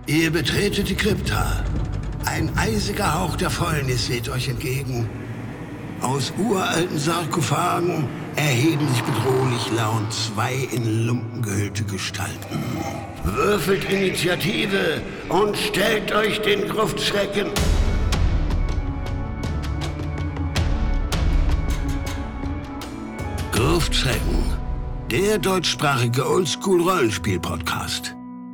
Ihr betretet die Krypta. Ein eisiger Hauch der Fäulnis weht euch entgegen. Aus uralten Sarkophagen erheben sich bedrohlich laut zwei in Lumpen gehüllte Gestalten. Würfelt Initiative und stellt euch den Gruftschrecken. Gruftschrecken, der deutschsprachige Oldschool-Rollenspiel-Podcast.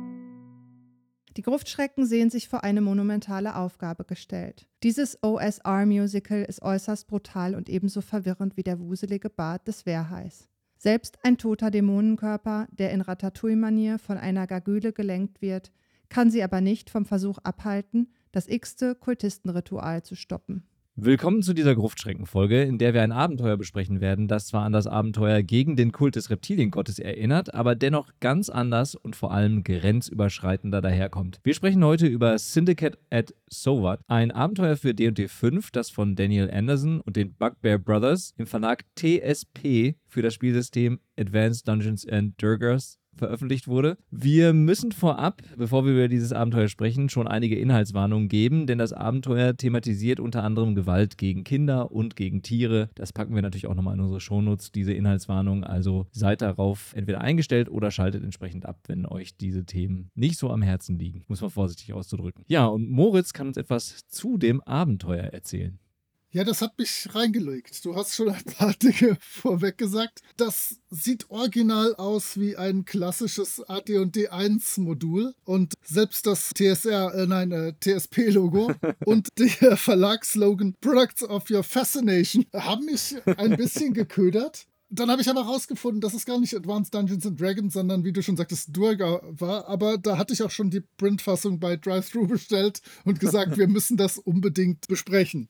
Die Gruftschrecken sehen sich vor eine monumentale Aufgabe gestellt. Dieses OSR-Musical ist äußerst brutal und ebenso verwirrend wie der wuselige Bart des Werhais. Selbst ein toter Dämonenkörper, der in Ratatouille-Manier von einer Gargüle gelenkt wird, kann sie aber nicht vom Versuch abhalten, das x-te Kultistenritual zu stoppen. Willkommen zu dieser Gruftschrecken-Folge, in der wir ein Abenteuer besprechen werden, das zwar an das Abenteuer gegen den Kult des Reptiliengottes erinnert, aber dennoch ganz anders und vor allem grenzüberschreitender daherkommt. Wir sprechen heute über Syndicate at Sowat, ein Abenteuer für D&D 5, das von Daniel Anderson und den Bugbear Brothers im Verlag TSP für das Spielsystem Advanced Dungeons & Dragons veröffentlicht wurde. Wir müssen vorab, bevor wir über dieses Abenteuer sprechen, schon einige Inhaltswarnungen geben, denn das Abenteuer thematisiert unter anderem Gewalt gegen Kinder und gegen Tiere. Das packen wir natürlich auch nochmal in unsere Shownotes, diese Inhaltswarnung. Also seid darauf entweder eingestellt oder schaltet entsprechend ab, wenn euch diese Themen nicht so am Herzen liegen, muss man vorsichtig auszudrücken. Ja, und Moritz kann uns etwas zu dem Abenteuer erzählen. Ja, das hat mich reingelegt. Du hast schon ein paar Dinge vorweg gesagt. Das sieht original aus wie ein klassisches AD&D 1 Modul und selbst das TSP-Logo und der Verlagsslogan Products of Your Fascination haben mich ein bisschen geködert. Dann habe ich aber herausgefunden, dass es gar nicht Advanced Dungeons & Dragons, sondern, wie du schon sagtest, Durga war. Aber da hatte ich auch schon die Printfassung bei Drive-Thru bestellt und gesagt, wir müssen das unbedingt besprechen.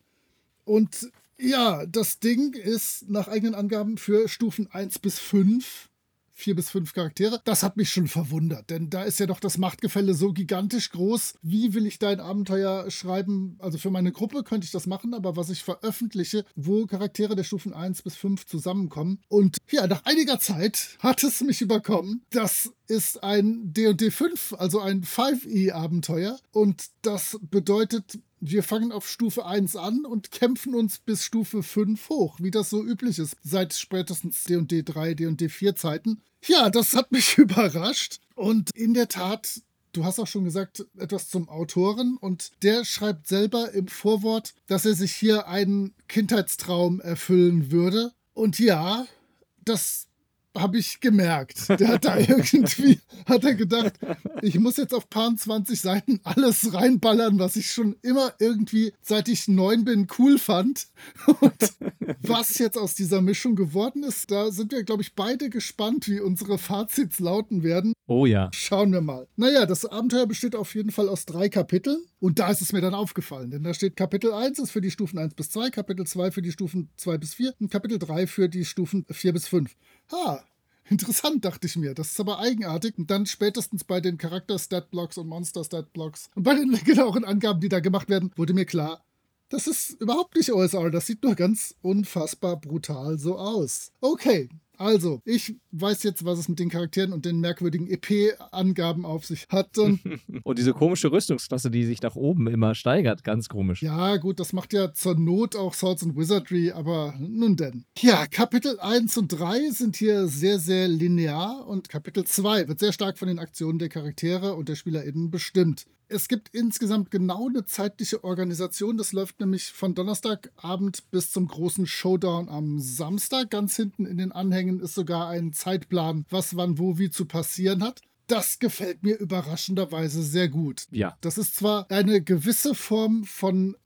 Und ja, das Ding ist nach eigenen Angaben für Stufen 1 bis 5, 4 bis 5 Charaktere. Das hat mich schon verwundert, denn da ist ja doch das Machtgefälle so gigantisch groß. Wie will ich da ein Abenteuer schreiben? Also für meine Gruppe könnte ich das machen, aber was ich veröffentliche, wo Charaktere der Stufen 1 bis 5 zusammenkommen. Und ja, nach einiger Zeit hat es mich überkommen. Das ist ein D&D 5, also ein 5e-Abenteuer. Und das bedeutet, wir fangen auf Stufe 1 an und kämpfen uns bis Stufe 5 hoch, wie das so üblich ist, seit spätestens D&D 3, D&D 4 Zeiten. Ja, das hat mich überrascht. Und in der Tat, du hast auch schon gesagt, etwas zum Autoren. Und der schreibt selber im Vorwort, dass er sich hier einen Kindheitstraum erfüllen würde. Und ja, das habe ich gemerkt. Der hat da irgendwie, hat er gedacht, ich muss jetzt auf paar 20 Seiten alles reinballern, was ich schon immer irgendwie, seit ich 9 bin, cool fand. Und was jetzt aus dieser Mischung geworden ist, da sind wir, glaube ich, beide gespannt, wie unsere Fazits lauten werden. Oh ja. Schauen wir mal. Naja, das Abenteuer besteht auf jeden Fall aus 3 Kapiteln. Und da ist es mir dann aufgefallen, denn da steht Kapitel 1 ist für die Stufen 1 bis 2, Kapitel 2 für die Stufen 2 bis 4 und Kapitel 3 für die Stufen 4 bis 5. Interessant, dachte ich mir. Das ist aber eigenartig. Und dann spätestens bei den Charakter-Stat-Blocks und Monster-Stat-Blocks und bei den genaueren Angaben, die da gemacht werden, wurde mir klar, das ist überhaupt nicht OSR. Das sieht nur ganz unfassbar brutal so aus. Okay. Also, ich weiß jetzt, was es mit den Charakteren und den merkwürdigen EP-Angaben auf sich hat. Und diese komische Rüstungsklasse, die sich nach oben immer steigert, ganz komisch. Ja, gut, das macht ja zur Not auch Swords and Wizardry, aber nun denn. Ja, Kapitel 1 und 3 sind hier sehr, sehr linear und Kapitel 2 wird sehr stark von den Aktionen der Charaktere und der SpielerInnen bestimmt. Es gibt insgesamt genau eine zeitliche Organisation. Das läuft nämlich von Donnerstagabend bis zum großen Showdown am Samstag. Ganz hinten in den Anhängen ist sogar ein Zeitplan, was wann wo wie zu passieren hat. Das gefällt mir überraschenderweise sehr gut. Ja. Das ist zwar eine gewisse Form von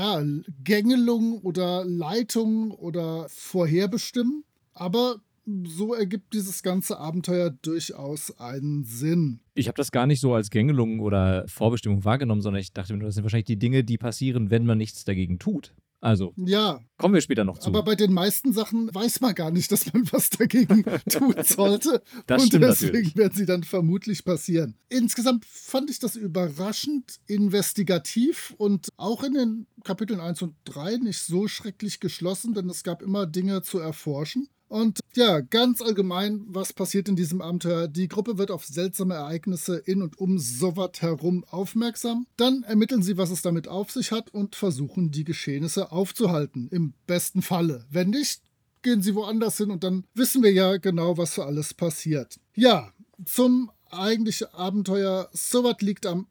Gängelung oder Leitung oder Vorherbestimmen, aber so ergibt dieses ganze Abenteuer durchaus einen Sinn. Ich habe das gar nicht so als Gängelung oder Vorbestimmung wahrgenommen, sondern ich dachte mir, das sind wahrscheinlich die Dinge, die passieren, wenn man nichts dagegen tut. Also, ja, kommen wir später noch zu. Aber bei den meisten Sachen weiß man gar nicht, dass man was dagegen tun sollte. Das und stimmt deswegen natürlich. werden sie dann vermutlich passieren. Insgesamt fand ich das überraschend investigativ und auch in den Kapiteln 1 und 3 nicht so schrecklich geschlossen, denn es gab immer Dinge zu erforschen. Und ja, ganz allgemein, was passiert in diesem Abenteuer? Die Gruppe wird auf seltsame Ereignisse in und um Sovat herum aufmerksam. Dann ermitteln sie, was es damit auf sich hat und versuchen, die Geschehnisse aufzuhalten. Im besten Falle. Wenn nicht, gehen sie woanders hin und dann wissen wir ja genau, was für alles passiert. Ja, zum eigentlichen Abenteuer. Sovat liegt am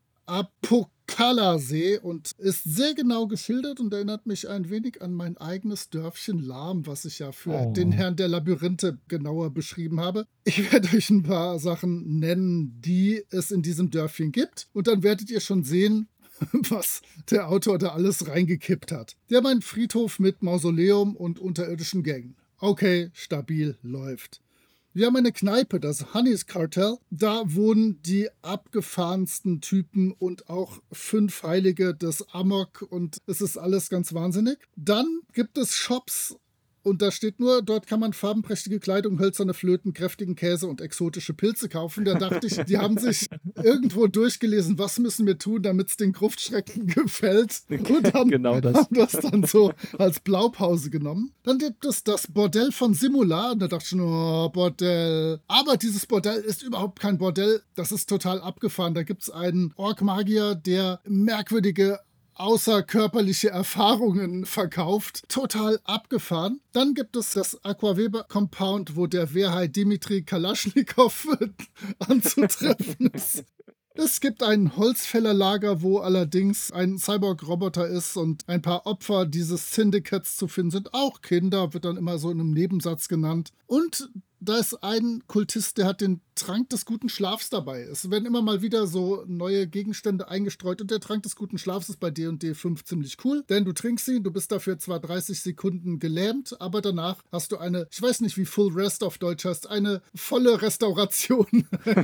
Apokala-See und ist sehr genau geschildert und erinnert mich ein wenig an mein eigenes Dörfchen Lam, was ich ja für den Herrn der Labyrinthe genauer beschrieben habe. Ich werde euch ein paar Sachen nennen, die es in diesem Dörfchen gibt und dann werdet ihr schon sehen, was der Autor da alles reingekippt hat. Der meint Friedhof mit Mausoleum und unterirdischen Gängen. Okay, stabil, läuft. Wir haben eine Kneipe, das Honey's Cartel. Da wohnen die abgefahrensten Typen und auch 5 Heilige des Amok und es ist alles ganz wahnsinnig. Dann gibt es Shops und da steht nur, dort kann man farbenprächtige Kleidung, hölzerne Flöten, kräftigen Käse und exotische Pilze kaufen. Da dachte ich, die haben sich irgendwo durchgelesen, was müssen wir tun, damit es den Gruftschrecken gefällt. Und haben, Genau das. haben das dann so als Blaupause genommen. Dann gibt es das Bordell von Simula. Und da dachte ich schon, oh, Bordell. Aber dieses Bordell ist überhaupt kein Bordell. Das ist total abgefahren. Da gibt es einen Ork-Magier, der merkwürdige außerkörperliche Erfahrungen verkauft. Total abgefahren. Dann gibt es das Aquaweber-Compound, wo der Wehrhai Dimitri Kalaschnikow anzutreffen ist. Es gibt ein Holzfällerlager, wo allerdings ein Cyborg-Roboter ist und ein paar Opfer dieses Syndicats zu finden sind. Auch Kinder, wird dann immer so in einem Nebensatz genannt. Und da ist ein Kultist, der hat den Trank des guten Schlafs dabei. Es werden immer mal wieder so neue Gegenstände eingestreut und der Trank des guten Schlafs ist bei D&D 5 ziemlich cool, denn du trinkst ihn, du bist dafür zwar 30 Sekunden gelähmt, aber danach hast du eine, ich weiß nicht, wie Full Rest auf Deutsch heißt, eine volle Restauration.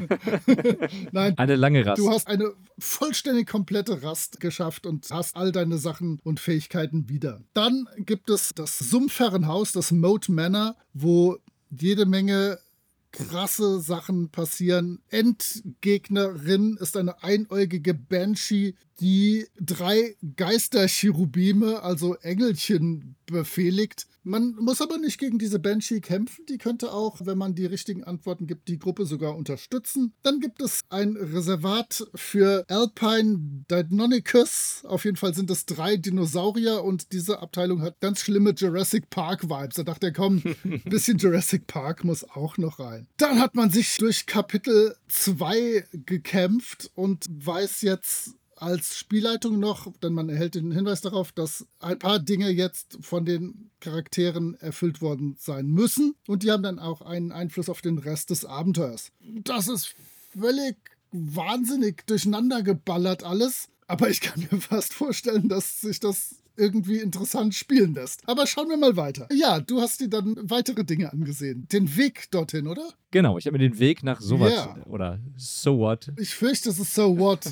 Nein, Eine lange Rast. du hast eine vollständig komplette Rast geschafft und hast all deine Sachen und Fähigkeiten wieder. Dann gibt es das Sumpfherrenhaus, das Moat Manor, wo jede Menge krasse Sachen passieren. Endgegnerin ist eine einäugige Banshee, die 3 Geistercherubime, also Engelchen, befehligt. Man muss aber nicht gegen diese Banshee kämpfen. Die könnte auch, wenn man die richtigen Antworten gibt, die Gruppe sogar unterstützen. Dann gibt es ein Reservat für Alpine Deinonychus. Auf jeden Fall sind es 3 Dinosaurier und diese Abteilung hat ganz schlimme Jurassic Park-Vibes. Da dachte er, komm, ein bisschen Jurassic Park muss auch noch rein. Dann hat man sich durch Kapitel 2 gekämpft und weiß jetzt als Spielleitung noch, denn man erhält den Hinweis darauf, dass ein paar Dinge jetzt von den Charakteren erfüllt worden sein müssen und die haben dann auch einen Einfluss auf den Rest des Abenteuers. Das ist völlig wahnsinnig durcheinander geballert alles, aber ich kann mir fast vorstellen, dass sich das irgendwie interessant spielen lässt. Aber schauen wir mal weiter. Ja, du hast dir dann weitere Dinge angesehen. Den Weg dorthin, oder? Genau, ich habe mir den Weg nach Sovat Ja. oder Sovat. Ich fürchte, es ist so what.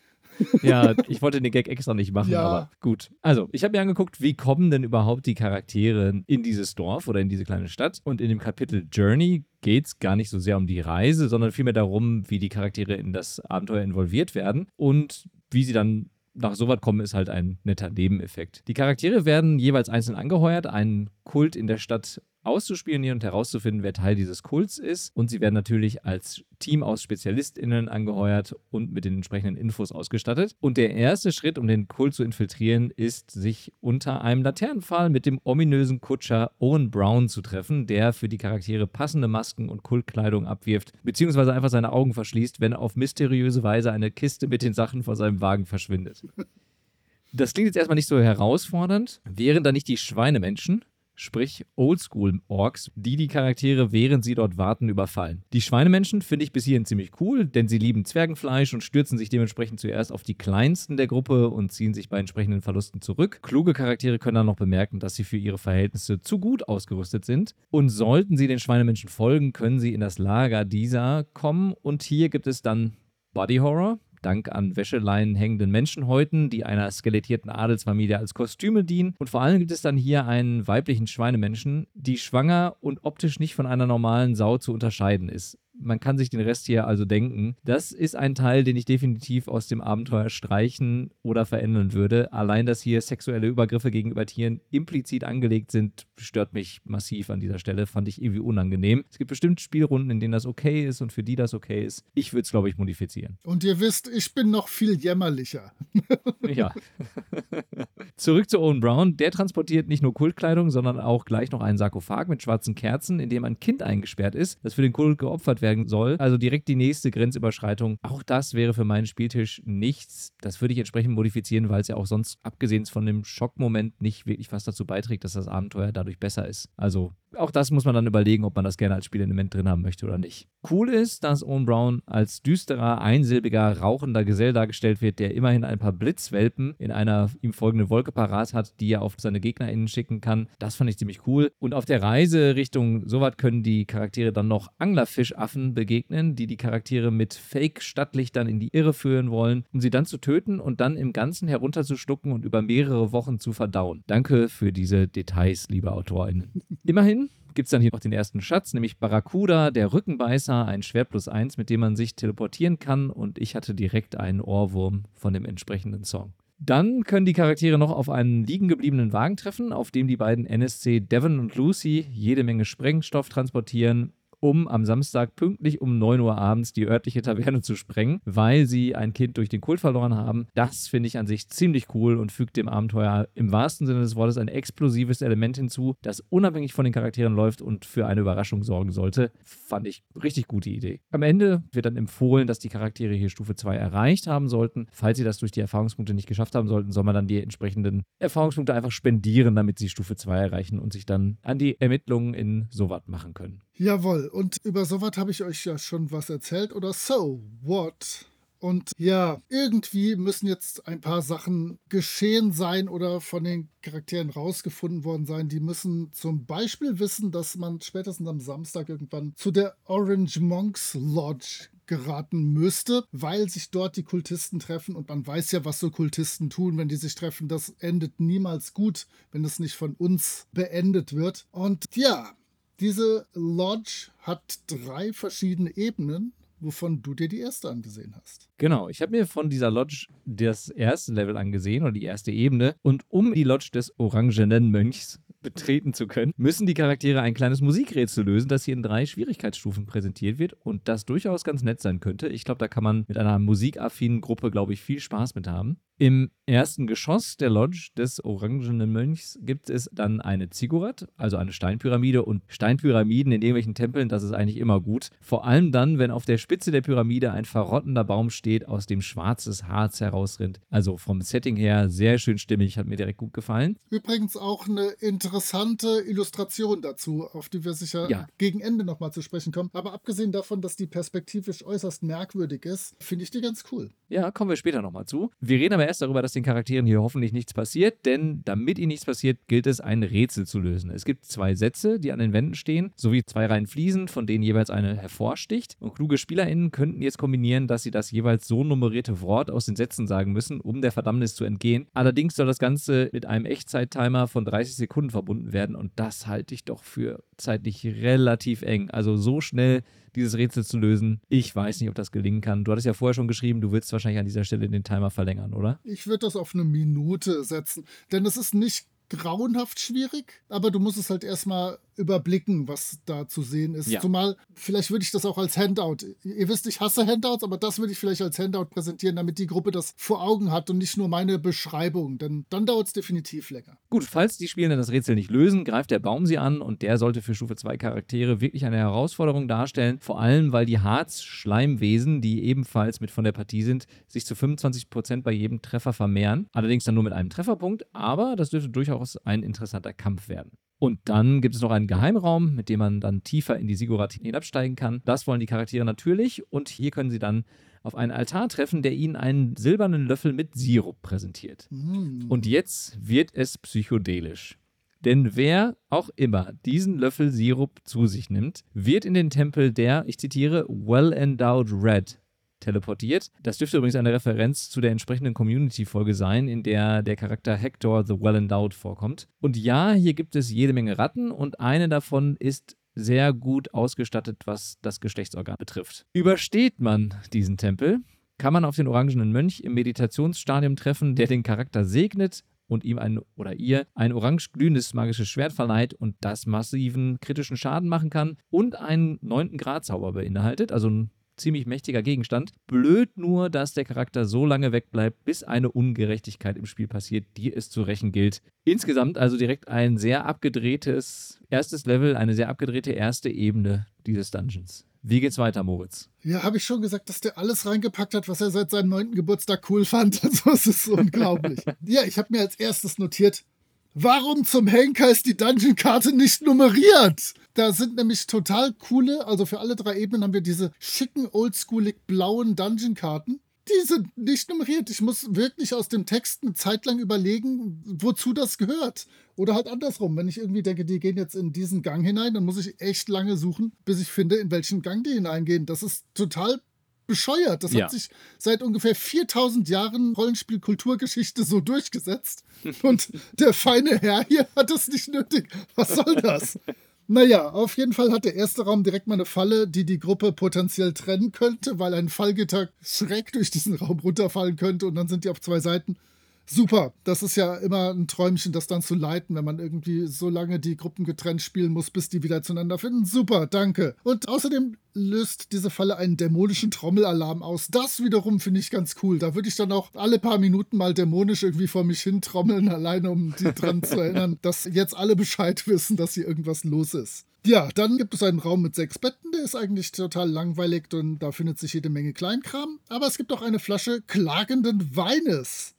Ja, ich wollte den Gag extra nicht machen, Ja. aber gut. Also, ich habe mir angeguckt, wie kommen denn überhaupt die Charaktere in dieses Dorf oder in diese kleine Stadt? Und in dem Kapitel Journey geht es gar nicht so sehr um die Reise, sondern vielmehr darum, wie die Charaktere in das Abenteuer involviert werden und wie sie dann nach Sovat kommen, ist halt ein netter Nebeneffekt. Die Charaktere werden jeweils einzeln angeheuert, einen Kult in der Stadt auszuspionieren und herauszufinden, wer Teil dieses Kults ist. Und sie werden natürlich als Team aus SpezialistInnen angeheuert und mit den entsprechenden Infos ausgestattet. Und der erste Schritt, um den Kult zu infiltrieren, ist, sich unter einem Laternenpfahl mit dem ominösen Kutscher Owen Brown zu treffen, der für die Charaktere passende Masken und Kultkleidung abwirft, beziehungsweise einfach seine Augen verschließt, wenn auf mysteriöse Weise eine Kiste mit den Sachen vor seinem Wagen verschwindet. Das klingt jetzt erstmal nicht so herausfordernd. Wären da nicht die Schweinemenschen, sprich Oldschool-Orks, die Charaktere, während sie dort warten, überfallen. Die Schweinemenschen finde ich bis hierhin ziemlich cool, denn sie lieben Zwergenfleisch und stürzen sich dementsprechend zuerst auf die kleinsten der Gruppe und ziehen sich bei entsprechenden Verlusten zurück. Kluge Charaktere können dann noch bemerken, dass sie für ihre Verhältnisse zu gut ausgerüstet sind. Und sollten sie den Schweinemenschen folgen, können sie in das Lager dieser kommen. Und hier gibt es dann Body Horror. Dank an Wäscheleinen hängenden Menschenhäuten, die einer skelettierten Adelsfamilie als Kostüme dienen. Und vor allem gibt es dann hier einen weiblichen Schweinemenschen, die schwanger und optisch nicht von einer normalen Sau zu unterscheiden ist. Man kann sich den Rest hier also denken. Das ist ein Teil, den ich definitiv aus dem Abenteuer streichen oder verändern würde. Allein, dass hier sexuelle Übergriffe gegenüber Tieren implizit angelegt sind, stört mich massiv an dieser Stelle. Fand ich irgendwie unangenehm. Es gibt bestimmt Spielrunden, in denen das okay ist und für die das okay ist. Ich würde es, glaube ich, modifizieren. Und ihr wisst, ich bin noch viel jämmerlicher. Ja. Zurück zu Owen Brown. Der transportiert nicht nur Kultkleidung, sondern auch gleich noch einen Sarkophag mit schwarzen Kerzen, in dem ein Kind eingesperrt ist, das für den Kult geopfert werden soll. Also direkt die nächste Grenzüberschreitung. Auch das wäre für meinen Spieltisch nichts. Das würde ich entsprechend modifizieren, weil es ja auch sonst, abgesehen von dem Schockmoment, nicht wirklich was dazu beiträgt, dass das Abenteuer dadurch besser ist. Also auch das muss man dann überlegen, ob man das gerne als Spielelement drin haben möchte oder nicht. Cool ist, dass Owen Brown als düsterer, einsilbiger, rauchender Gesell dargestellt wird, der immerhin ein paar Blitzwelpen in einer ihm folgenden Wolke parat hat, die er auf seine GegnerInnen schicken kann. Das fand ich ziemlich cool. Und auf der Reise Richtung Sowat können die Charaktere dann noch Anglerfischaffen begegnen, die Charaktere mit Fake-Stadtlichtern in die Irre führen wollen, um sie dann zu töten und dann im Ganzen herunterzuschlucken und über mehrere Wochen zu verdauen. Danke für diese Details, liebe AutorInnen. Immerhin gibt es dann hier noch den ersten Schatz, nämlich Barracuda, der Rückenbeißer, ein Schwert +1, mit dem man sich teleportieren kann, und ich hatte direkt einen Ohrwurm von dem entsprechenden Song. Dann können die Charaktere noch auf einen liegen gebliebenen Wagen treffen, auf dem die beiden NSC Devon und Lucy jede Menge Sprengstoff transportieren, um am Samstag pünktlich um 9 Uhr abends die örtliche Taverne zu sprengen, weil sie ein Kind durch den Kult verloren haben. Das finde ich an sich ziemlich cool und fügt dem Abenteuer im wahrsten Sinne des Wortes ein explosives Element hinzu, das unabhängig von den Charakteren läuft und für eine Überraschung sorgen sollte. Fand ich richtig gute Idee. Am Ende wird dann empfohlen, dass die Charaktere hier Stufe 2 erreicht haben sollten. Falls sie das durch die Erfahrungspunkte nicht geschafft haben sollten, soll man dann die entsprechenden Erfahrungspunkte einfach spendieren, damit sie Stufe 2 erreichen und sich dann an die Ermittlungen in Sowat machen können. Jawohl, und über sowas habe ich euch ja schon was erzählt, oder so what? Und ja, irgendwie müssen jetzt ein paar Sachen geschehen sein oder von den Charakteren rausgefunden worden sein. Die müssen zum Beispiel wissen, dass man spätestens am Samstag irgendwann zu der Orange Monks Lodge geraten müsste, weil sich dort die Kultisten treffen, und man weiß ja, was so Kultisten tun, wenn die sich treffen. Das endet niemals gut, wenn es nicht von uns beendet wird. Und ja, diese Lodge hat 3 verschiedene Ebenen, wovon du dir die erste angesehen hast. Genau, ich habe mir von dieser Lodge das erste Level angesehen oder die erste Ebene, und um die Lodge des orangenen Mönchs betreten zu können, müssen die Charaktere ein kleines Musikrätsel lösen, das hier in 3 Schwierigkeitsstufen präsentiert wird und das durchaus ganz nett sein könnte. Ich glaube, da kann man mit einer musikaffinen Gruppe, glaube ich, viel Spaß mit haben. Im ersten Geschoss der Lodge des orangenen Mönchs gibt es dann eine Ziggurat, also eine Steinpyramide, und Steinpyramiden in irgendwelchen Tempeln, das ist eigentlich immer gut. Vor allem dann, wenn auf der Spitze der Pyramide ein verrottender Baum steht, aus dem schwarzes Harz herausrinnt. Also vom Setting her sehr schön stimmig, hat mir direkt gut gefallen. Übrigens auch eine interessante Illustration dazu, auf die wir sicher gegen Ende nochmal zu sprechen kommen. Aber abgesehen davon, dass die perspektivisch äußerst merkwürdig ist, finde ich die ganz cool. Ja, kommen wir später nochmal zu. Wir reden aber erst darüber, dass den Charakteren hier hoffentlich nichts passiert, denn damit ihnen nichts passiert, gilt es, ein Rätsel zu lösen. Es gibt 2 Sätze, die an den Wänden stehen, sowie 2 Reihen Fliesen, von denen jeweils eine hervorsticht. Und kluge SpielerInnen könnten jetzt kombinieren, dass sie das jeweils so nummerierte Wort aus den Sätzen sagen müssen, um der Verdammnis zu entgehen. Allerdings soll das Ganze mit einem Echtzeit-Timer von 30 Sekunden verbunden werden, und das halte ich doch für zeitlich relativ eng. Also so schnell dieses Rätsel zu lösen, ich weiß nicht, ob das gelingen kann. Du hattest ja vorher schon geschrieben, du willst wahrscheinlich an dieser Stelle den Timer verlängern, oder? Ich würde das auf 1 Minute setzen, denn es ist nicht grauenhaft schwierig, aber du musst es halt erstmal überblicken, was da zu sehen ist. Ja. Zumal, vielleicht würde ich das auch als Handout. Ihr wisst, ich hasse Handouts, aber das würde ich vielleicht als Handout präsentieren, damit die Gruppe das vor Augen hat und nicht nur meine Beschreibung, denn dann dauert es definitiv länger. Gut, falls die Spielenden das Rätsel nicht lösen, greift der Baum sie an, und der sollte für Stufe 2 Charaktere wirklich eine Herausforderung darstellen, vor allem, weil die Harz-Schleimwesen, die ebenfalls mit von der Partie sind, sich zu 25% bei jedem Treffer vermehren. Allerdings dann nur mit einem Trefferpunkt, aber das dürfte durchaus ein interessanter Kampf werden. Und dann gibt es noch einen Geheimraum, mit dem man dann tiefer in die Ziggurat hinabsteigen kann. Das wollen die Charaktere natürlich, und hier können sie dann auf einen Altar treffen, der ihnen einen silbernen Löffel mit Sirup präsentiert. Und jetzt wird es psychedelisch. Denn wer auch immer diesen Löffel Sirup zu sich nimmt, wird in den Tempel der, ich zitiere, Well-Endowed Red teleportiert. Das dürfte übrigens eine Referenz zu der entsprechenden Community-Folge sein, in der der Charakter Hector the Well-Endowed vorkommt. Und ja, hier gibt es jede Menge Ratten, und eine davon ist sehr gut ausgestattet, was das Geschlechtsorgan betrifft. Übersteht man diesen Tempel, kann man auf den orangenen Mönch im Meditationsstadium treffen, der den Charakter segnet und ihm ihr ein orange glühendes magisches Schwert verleiht und das massiven kritischen Schaden machen kann und einen 9. Grad-Zauber beinhaltet, also ein ziemlich mächtiger Gegenstand. Blöd nur, dass der Charakter so lange wegbleibt, bis eine Ungerechtigkeit im Spiel passiert, die es zu rächen gilt. Insgesamt also direkt ein sehr abgedrehtes erstes Level, eine sehr abgedrehte erste Ebene dieses Dungeons. Wie geht's weiter, Moritz? Ja, habe ich schon gesagt, dass der alles reingepackt hat, was er seit seinem 9. Geburtstag cool fand. Also es ist unglaublich. Ja, ich habe mir als erstes notiert, warum zum Henker ist die Dungeon-Karte nicht nummeriert? Da sind nämlich total coole, also für alle 3 Ebenen haben wir diese schicken, oldschoolig blauen Dungeon-Karten. Die sind nicht nummeriert. Ich muss wirklich aus dem Text eine Zeit lang überlegen, wozu das gehört. Oder halt andersrum. Wenn ich irgendwie denke, die gehen jetzt in diesen Gang hinein, dann muss ich echt lange suchen, bis ich finde, in welchen Gang die hineingehen. Das ist total bescheuert. Das hat sich seit ungefähr 4000 Jahren Rollenspiel-Kulturgeschichte so durchgesetzt. Und der feine Herr hier hat es nicht nötig. Was soll das? Naja, auf jeden Fall hat der erste Raum direkt mal eine Falle, die die Gruppe potenziell trennen könnte, weil ein Fallgitter schräg durch diesen Raum runterfallen könnte und dann sind die auf 2 Seiten. Super, das ist ja immer ein Träumchen, das dann zu leiten, wenn man irgendwie so lange die Gruppen getrennt spielen muss, bis die wieder zueinander finden. Super, danke. Und außerdem löst diese Falle einen dämonischen Trommelalarm aus. Das wiederum finde ich ganz cool. Da würde ich dann auch alle paar Minuten mal dämonisch irgendwie vor mich hin trommeln, alleine um die dran zu erinnern, dass jetzt alle Bescheid wissen, dass hier irgendwas los ist. Ja, dann gibt es einen Raum mit 6 Betten, der ist eigentlich total langweilig und da findet sich jede Menge Kleinkram. Aber es gibt auch eine Flasche klagenden Weines.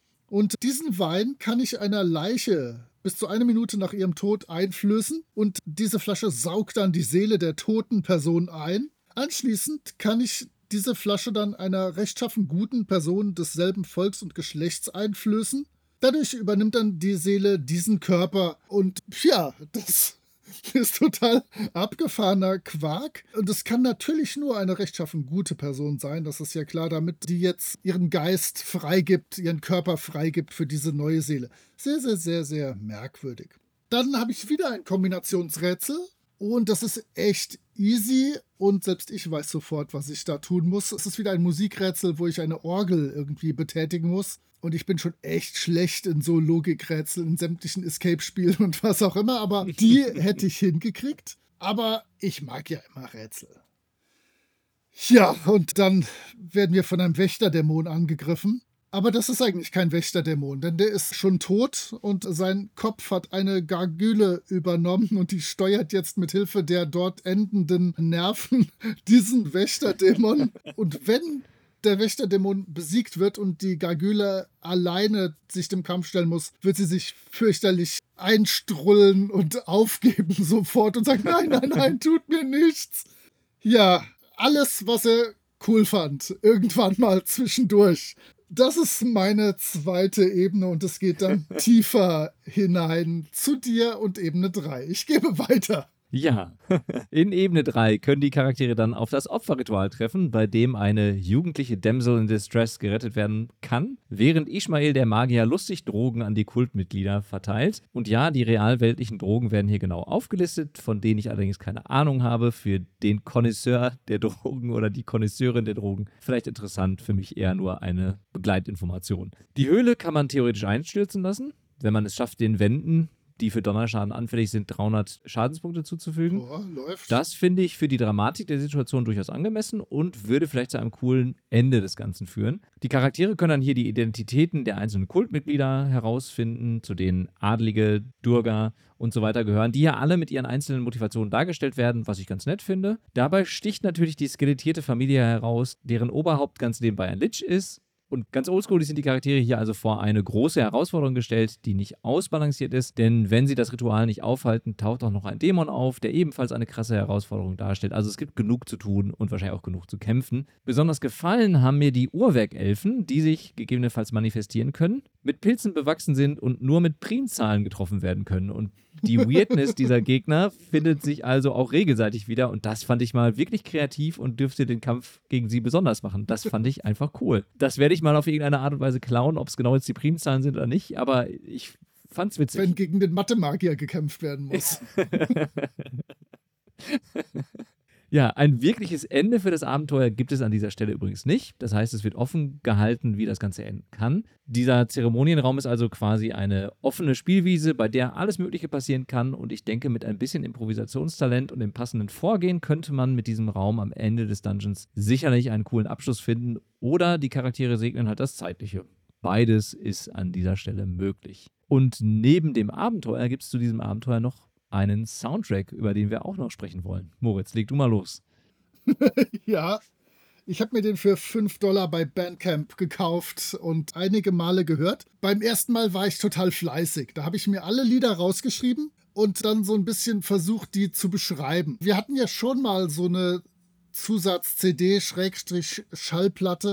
Und diesen Wein kann ich einer Leiche bis zu 1 Minute nach ihrem Tod einflößen und diese Flasche saugt dann die Seele der toten Person ein. Anschließend kann ich diese Flasche dann einer rechtschaffen guten Person desselben Volks und Geschlechts einflößen. Dadurch übernimmt dann die Seele diesen Körper und ja, das ist total abgefahrener Quark. Und es kann natürlich nur eine rechtschaffen gute Person sein, das ist ja klar, damit die jetzt ihren Geist freigibt, ihren Körper freigibt für diese neue Seele. Sehr, sehr, sehr, sehr merkwürdig. Dann habe ich wieder ein Kombinationsrätsel und das ist echt easy und selbst ich weiß sofort, was ich da tun muss. Es ist wieder ein Musikrätsel, wo ich eine Orgel irgendwie betätigen muss. Und ich bin schon echt schlecht in so Logikrätseln, in sämtlichen Escape-Spielen und was auch immer. Aber die hätte ich hingekriegt. Aber ich mag ja immer Rätsel. Ja, und dann werden wir von einem Wächterdämon angegriffen. Aber das ist eigentlich kein Wächterdämon, denn der ist schon tot und sein Kopf hat eine Gargüle übernommen und die steuert jetzt mit Hilfe der dort endenden Nerven diesen Wächterdämon. Und wenn der Wächterdämon besiegt wird und die Gargüle alleine sich dem Kampf stellen muss, wird sie sich fürchterlich einstrullen und aufgeben sofort und sagen, nein, nein, nein, tut mir nichts. Ja, alles, was er cool fand, irgendwann mal zwischendurch. Das ist meine 2. Ebene und es geht dann tiefer hinein zu dir und Ebene 3. Ich gebe weiter. Ja, in Ebene 3 können die Charaktere dann auf das Opferritual treffen, bei dem eine jugendliche Damsel in Distress gerettet werden kann, während Ishmael der Magier lustig Drogen an die Kultmitglieder verteilt. Und ja, die realweltlichen Drogen werden hier genau aufgelistet, von denen ich allerdings keine Ahnung habe. Für den Connoisseur der Drogen oder die Connoisseurin der Drogen vielleicht interessant, für mich eher nur eine Begleitinformation. Die Höhle kann man theoretisch einstürzen lassen, wenn man es schafft, den Wänden, die für Donnerschaden anfällig sind, 300 Schadenspunkte zuzufügen. Oh, läuft. Das finde ich für die Dramatik der Situation durchaus angemessen und würde vielleicht zu einem coolen Ende des Ganzen führen. Die Charaktere können dann hier die Identitäten der einzelnen Kultmitglieder herausfinden, zu denen Adlige, Durga und so weiter gehören, die ja alle mit ihren einzelnen Motivationen dargestellt werden, was ich ganz nett finde. Dabei sticht natürlich die skelettierte Familie heraus, deren Oberhaupt ganz nebenbei ein Lich ist. Und ganz oldschool sind die Charaktere hier also vor eine große Herausforderung gestellt, die nicht ausbalanciert ist, denn wenn sie das Ritual nicht aufhalten, taucht auch noch ein Dämon auf, der ebenfalls eine krasse Herausforderung darstellt. Also es gibt genug zu tun und wahrscheinlich auch genug zu kämpfen. Besonders gefallen haben mir die Uhrwerkelfen, die sich gegebenenfalls manifestieren können, mit Pilzen bewachsen sind und nur mit Primzahlen getroffen werden können. Und die Weirdness dieser Gegner findet sich also auch regelseitig wieder und das fand ich mal wirklich kreativ und dürfte den Kampf gegen sie besonders machen. Das fand ich einfach cool. Das werde ich mal auf irgendeine Art und Weise klauen, ob es genau jetzt die Primzahlen sind oder nicht, aber ich fand's witzig. Wenn gegen den Mathemagier gekämpft werden muss. Ja, ein wirkliches Ende für das Abenteuer gibt es an dieser Stelle übrigens nicht. Das heißt, es wird offen gehalten, wie das Ganze enden kann. Dieser Zeremonienraum ist also quasi eine offene Spielwiese, bei der alles Mögliche passieren kann. Und ich denke, mit ein bisschen Improvisationstalent und dem passenden Vorgehen könnte man mit diesem Raum am Ende des Dungeons sicherlich einen coolen Abschluss finden. Oder die Charaktere segnen halt das Zeitliche. Beides ist an dieser Stelle möglich. Und neben dem Abenteuer gibt es zu diesem Abenteuer noch einen Soundtrack, über den wir auch noch sprechen wollen. Moritz, leg du mal los. Ja, ich habe mir den für $5 bei Bandcamp gekauft und einige Male gehört. Beim ersten Mal war ich total fleißig. Da habe ich mir alle Lieder rausgeschrieben und dann so ein bisschen versucht, die zu beschreiben. Wir hatten ja schon mal so eine Zusatz-CD-Schallplatte,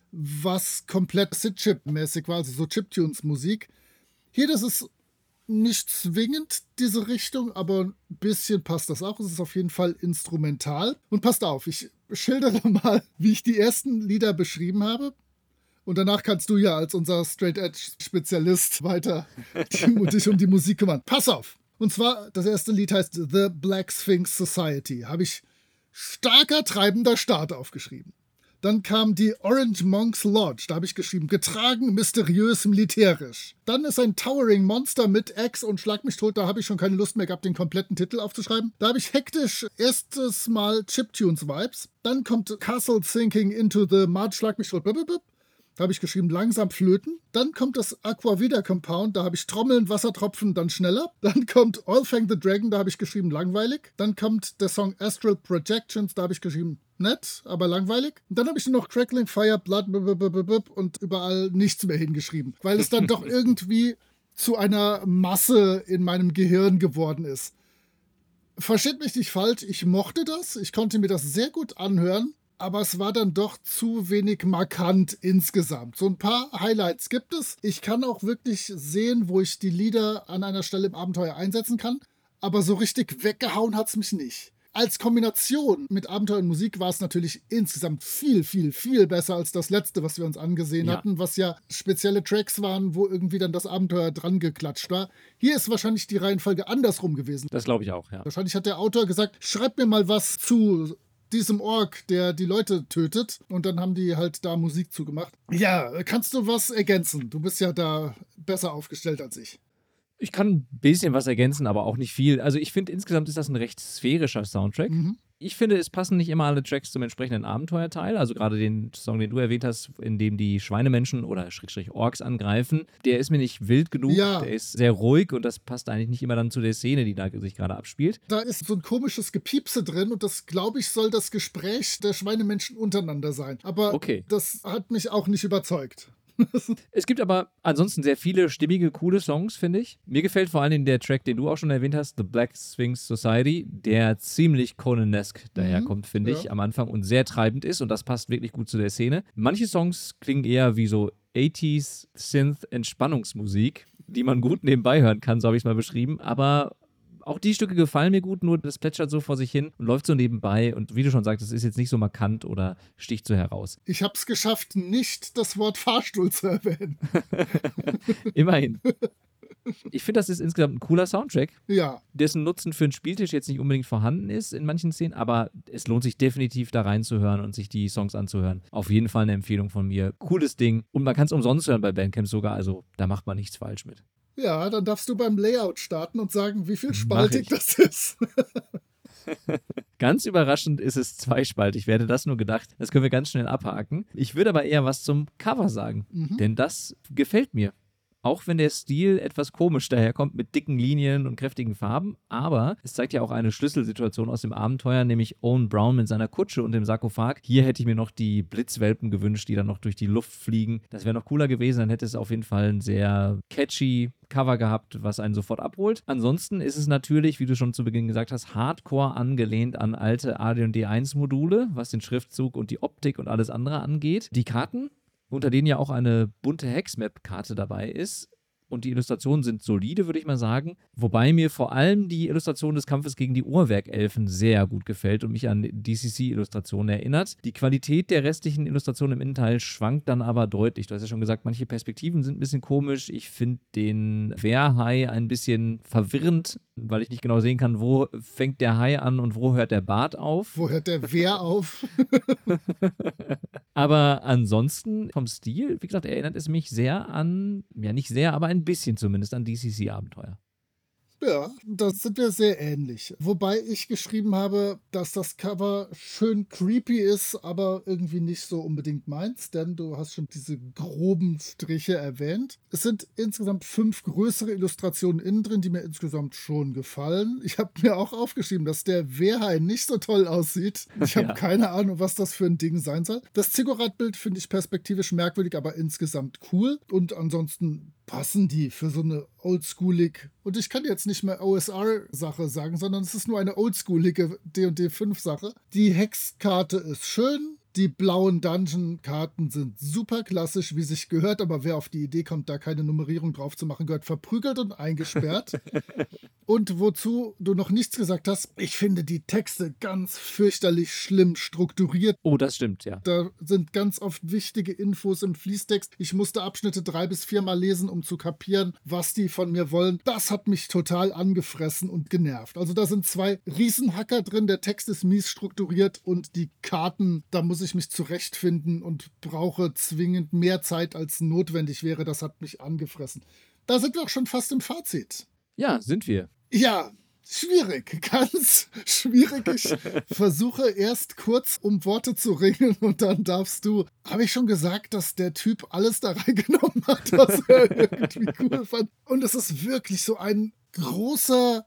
was komplett Sid-Chip-mäßig war, also so Chiptunes-Musik. Hier, das ist nicht zwingend diese Richtung, aber ein bisschen passt das auch. Es ist auf jeden Fall instrumental. Und passt auf, ich schildere mal, wie ich die ersten Lieder beschrieben habe. Und danach kannst du ja als unser Straight-Edge-Spezialist weiter dich um die Musik kümmern. Pass auf! Und zwar, das erste Lied heißt The Black Sphinx Society. Habe ich starker, treibender Start aufgeschrieben. Dann kam die Orange Monks Lodge, da habe ich geschrieben, getragen, mysteriös, militärisch. Dann ist ein Towering Monster mit Axe und Schlag mich tot, da habe ich schon keine Lust mehr gehabt, den kompletten Titel aufzuschreiben. Da habe ich hektisch erstes Mal Chiptunes-Vibes. Dann kommt Castle Sinking into the Mud, Schlag mich tot, blablabla. Da habe ich geschrieben, langsam flöten. Dann kommt das Aquavida Compound, da habe ich Trommeln, Wassertropfen, dann schneller. Dann kommt Oilfang the Dragon, da habe ich geschrieben, langweilig. Dann kommt der Song Astral Projections, da habe ich geschrieben, nett, aber langweilig. Und dann habe ich nur noch Crackling Fire, Blood und überall nichts mehr hingeschrieben, weil es dann doch irgendwie zu einer Masse in meinem Gehirn geworden ist. Versteht mich nicht falsch, ich mochte das, ich konnte mir das sehr gut anhören, aber es war dann doch zu wenig markant insgesamt. So ein paar Highlights gibt es. Ich kann auch wirklich sehen, wo ich die Lieder an einer Stelle im Abenteuer einsetzen kann, aber so richtig weggehauen hat es mich nicht. Als Kombination mit Abenteuer und Musik war es natürlich insgesamt viel, viel, viel besser als das letzte, was wir uns angesehen hatten, was ja spezielle Tracks waren, wo irgendwie dann das Abenteuer dran geklatscht war. Hier ist wahrscheinlich die Reihenfolge andersrum gewesen. Das glaube ich auch, ja. Wahrscheinlich hat der Autor gesagt, schreib mir mal was zu diesem Ork, der die Leute tötet. Und dann haben die halt da Musik zugemacht. Ja, kannst du was ergänzen? Du bist ja da besser aufgestellt als ich. Ich kann ein bisschen was ergänzen, aber auch nicht viel. Also ich finde, insgesamt ist das ein recht sphärischer Soundtrack. Ich finde, es passen nicht immer alle Tracks zum entsprechenden Abenteuerteil. Also gerade den Song, den du erwähnt hast, in dem die Schweinemenschen oder Orks angreifen, der ist mir nicht wild genug. Ja. Der ist sehr ruhig und das passt eigentlich nicht immer dann zu der Szene, die da sich gerade abspielt. Da ist so ein komisches Gepiepse drin und das, glaube ich, soll das Gespräch der Schweinemenschen untereinander sein. Aber das hat mich auch nicht überzeugt. Es gibt aber ansonsten sehr viele stimmige, coole Songs, finde ich. Mir gefällt vor allem der Track, den du auch schon erwähnt hast, The Black Sphinx Society, der ziemlich Conan-esque daherkommt, finde ich, am Anfang und sehr treibend ist und das passt wirklich gut zu der Szene. Manche Songs klingen eher wie so 80s Synth-Entspannungsmusik, die man gut nebenbei hören kann, so habe ich es mal beschrieben, aber auch die Stücke gefallen mir gut, nur das plätschert so vor sich hin und läuft so nebenbei. Und wie du schon sagst, es ist jetzt nicht so markant oder sticht so heraus. Ich habe es geschafft, nicht das Wort Fahrstuhl zu erwähnen. Immerhin. Ich finde, das ist insgesamt ein cooler Soundtrack, ja, dessen Nutzen für einen Spieltisch jetzt nicht unbedingt vorhanden ist in manchen Szenen, aber es lohnt sich definitiv da reinzuhören und sich die Songs anzuhören. Auf jeden Fall eine Empfehlung von mir. Cooles Ding. Und man kann es umsonst hören bei Bandcamp sogar, also da macht man nichts falsch mit. Ja, dann darfst du beim Layout starten und sagen, wie viel spaltig das ist. Ganz überraschend ist es zweispaltig. Ich werde das nur gedacht. Das können wir ganz schnell abhaken. Ich würde aber eher was zum Cover sagen, denn das gefällt mir. Auch wenn der Stil etwas komisch daherkommt mit dicken Linien und kräftigen Farben, aber es zeigt ja auch eine Schlüsselsituation aus dem Abenteuer, nämlich Owen Brown mit seiner Kutsche und dem Sarkophag. Hier hätte ich mir noch die Blitzwelpen gewünscht, die dann noch durch die Luft fliegen. Das wäre noch cooler gewesen, dann hätte es auf jeden Fall ein sehr catchy Cover gehabt, was einen sofort abholt. Ansonsten ist es natürlich, wie du schon zu Beginn gesagt hast, hardcore angelehnt an alte AD&D 1 Module, was den Schriftzug und die Optik und alles andere angeht. Die Karten, unter denen ja auch eine bunte Hexmap-Karte dabei ist, und die Illustrationen sind solide, würde ich mal sagen. Wobei mir vor allem die Illustration des Kampfes gegen die Uhrwerkelfen sehr gut gefällt und mich an DCC-Illustrationen erinnert. Die Qualität der restlichen Illustrationen im Innenteil schwankt dann aber deutlich. Du hast ja schon gesagt, manche Perspektiven sind ein bisschen komisch. Ich finde den Wehrhai ein bisschen verwirrend, weil ich nicht genau sehen kann, wo fängt der Hai an und wo hört der Bart auf. Wo hört der Wehr auf? Aber ansonsten vom Stil, wie gesagt, erinnert es mich sehr an, ja nicht sehr, aber ein bisschen zumindest an DCC-Abenteuer. Ja, da sind wir sehr ähnlich. Wobei ich geschrieben habe, dass das Cover schön creepy ist, aber irgendwie nicht so unbedingt meins, denn du hast schon diese groben Striche erwähnt. Es sind insgesamt 5 größere Illustrationen innen drin, die mir insgesamt schon gefallen. Ich habe mir auch aufgeschrieben, dass der Wehrhai nicht so toll aussieht. Ich habe keine Ahnung, was das für ein Ding sein soll. Das Ziggurat-Bild finde ich perspektivisch merkwürdig, aber insgesamt cool. Und ansonsten passen die für so eine oldschoolig, und ich kann jetzt nicht mehr OSR-Sache sagen, sondern es ist nur eine oldschoolige D&D 5-Sache. Die Hexkarte ist schön, die blauen Dungeon-Karten sind super klassisch, wie sich gehört, aber wer auf die Idee kommt, da keine Nummerierung drauf zu machen, gehört verprügelt und eingesperrt. Und wozu du noch nichts gesagt hast, ich finde die Texte ganz fürchterlich schlimm strukturiert. Oh, das stimmt, ja. Da sind ganz oft wichtige Infos im Fließtext. Ich musste Abschnitte 3 bis 4 Mal lesen, um zu kapieren, was die von mir wollen. Das hat mich total angefressen und genervt. Also da sind 2 Riesenhacker drin, der Text ist mies strukturiert und die Karten, da muss ich mich zurechtfinden und brauche zwingend mehr Zeit, als notwendig wäre. Das hat mich angefressen. Da sind wir auch schon fast im Fazit. Ja, sind wir. Ja, schwierig, ganz schwierig. Ich versuche erst kurz um Worte zu ringen und dann darfst du. Habe ich schon gesagt, dass der Typ alles da reingenommen hat, was er irgendwie cool fand? Und es ist wirklich so ein großer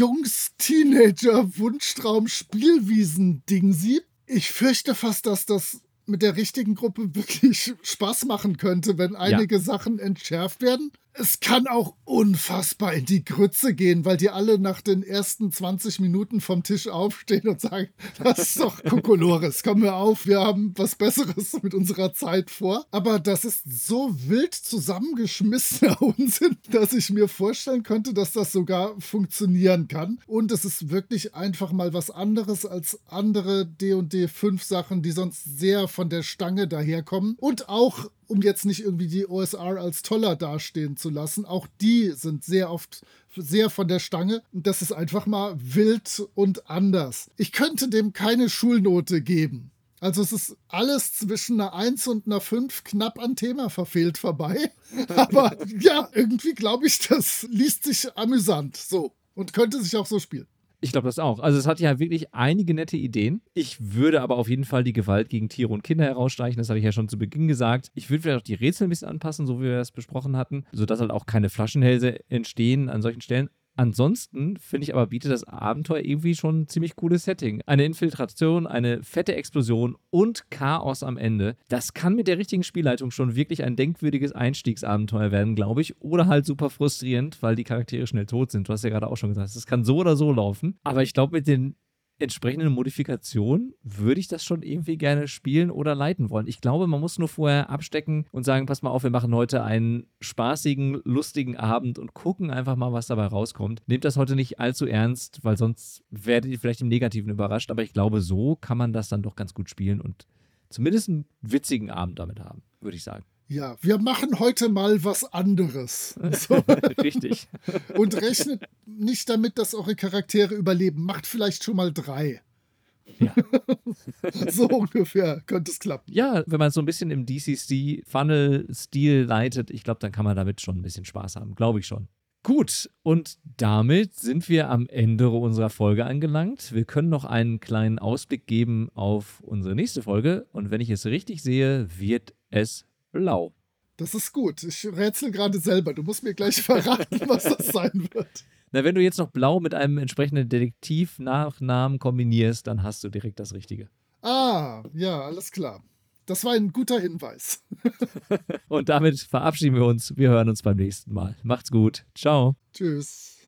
Jungs-Teenager-Wunschtraum-Spielwiesen-Ding sie. Ich fürchte fast, dass das mit der richtigen Gruppe wirklich Spaß machen könnte, wenn einige Sachen entschärft werden. Es kann auch unfassbar in die Grütze gehen, weil die alle nach den ersten 20 Minuten vom Tisch aufstehen und sagen, das ist doch Kokolores, komm mir auf, wir haben was Besseres mit unserer Zeit vor. Aber das ist so wild zusammengeschmissener Unsinn, dass ich mir vorstellen könnte, dass das sogar funktionieren kann. Und es ist wirklich einfach mal was anderes als andere D&D 5 Sachen, die sonst sehr von der Stange daherkommen. Und auch, um jetzt nicht irgendwie die OSR als toller dastehen zu lassen, auch die sind sehr oft sehr von der Stange. Und das ist einfach mal wild und anders. Ich könnte dem keine Schulnote geben. Also es ist alles zwischen einer 1 und einer 5 knapp an Thema verfehlt vorbei. Aber ja, irgendwie glaube ich, das liest sich amüsant so und könnte sich auch so spielen. Ich glaube das auch. Also es hat ja wirklich einige nette Ideen. Ich würde aber auf jeden Fall die Gewalt gegen Tiere und Kinder herausstreichen. Das hatte ich ja schon zu Beginn gesagt. Ich würde vielleicht auch die Rätsel ein bisschen anpassen, so wie wir das besprochen hatten, sodass halt auch keine Flaschenhälse entstehen an solchen Stellen. Ansonsten finde ich aber, bietet das Abenteuer irgendwie schon ein ziemlich cooles Setting. Eine Infiltration, eine fette Explosion und Chaos am Ende. Das kann mit der richtigen Spielleitung schon wirklich ein denkwürdiges Einstiegsabenteuer werden, glaube ich. Oder halt super frustrierend, weil die Charaktere schnell tot sind. Du hast ja gerade auch schon gesagt, das kann so oder so laufen. Aber ich glaube, mit den entsprechenden Modifikationen würde ich das schon irgendwie gerne spielen oder leiten wollen. Ich glaube, man muss nur vorher abstecken und sagen, pass mal auf, wir machen heute einen spaßigen, lustigen Abend und gucken einfach mal, was dabei rauskommt. Nehmt das heute nicht allzu ernst, weil sonst werdet ihr vielleicht im Negativen überrascht, aber ich glaube, so kann man das dann doch ganz gut spielen und zumindest einen witzigen Abend damit haben, würde ich sagen. Ja, wir machen heute mal was anderes. So. Richtig. Und rechnet nicht damit, dass eure Charaktere überleben. Macht vielleicht schon mal 3. Ja. So ungefähr könnte es klappen. Ja, wenn man so ein bisschen im DCC-Funnel-Stil leitet, ich glaube, dann kann man damit schon ein bisschen Spaß haben. Glaube ich schon. Gut, und damit sind wir am Ende unserer Folge angelangt. Wir können noch einen kleinen Ausblick geben auf unsere nächste Folge. Und wenn ich es richtig sehe, wird es blau. Das ist gut. Ich rätsel gerade selber. Du musst mir gleich verraten, was das sein wird. Na, wenn du jetzt noch blau mit einem entsprechenden Detektivnachnamen kombinierst, dann hast du direkt das Richtige. Ah, ja, alles klar. Das war ein guter Hinweis. Und damit verabschieden wir uns. Wir hören uns beim nächsten Mal. Macht's gut. Ciao. Tschüss.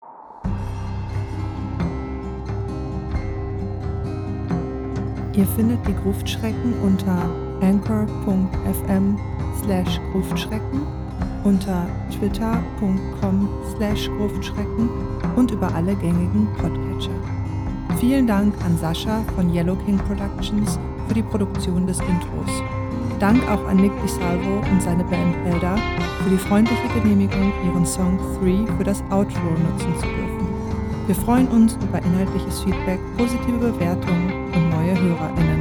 Ihr findet die Gruftschrecken unter anchor.fm/Gruftschrecken, unter twitter.com/Gruftschrecken und über alle gängigen Podcatcher. Vielen Dank an Sascha von Yellow King Productions für die Produktion des Intros. Dank auch an Nick DiSalvo und seine Band Elda für die freundliche Genehmigung, ihren Song 3 für das Outro nutzen zu dürfen. Wir freuen uns über inhaltliches Feedback, positive Bewertungen und neue HörerInnen.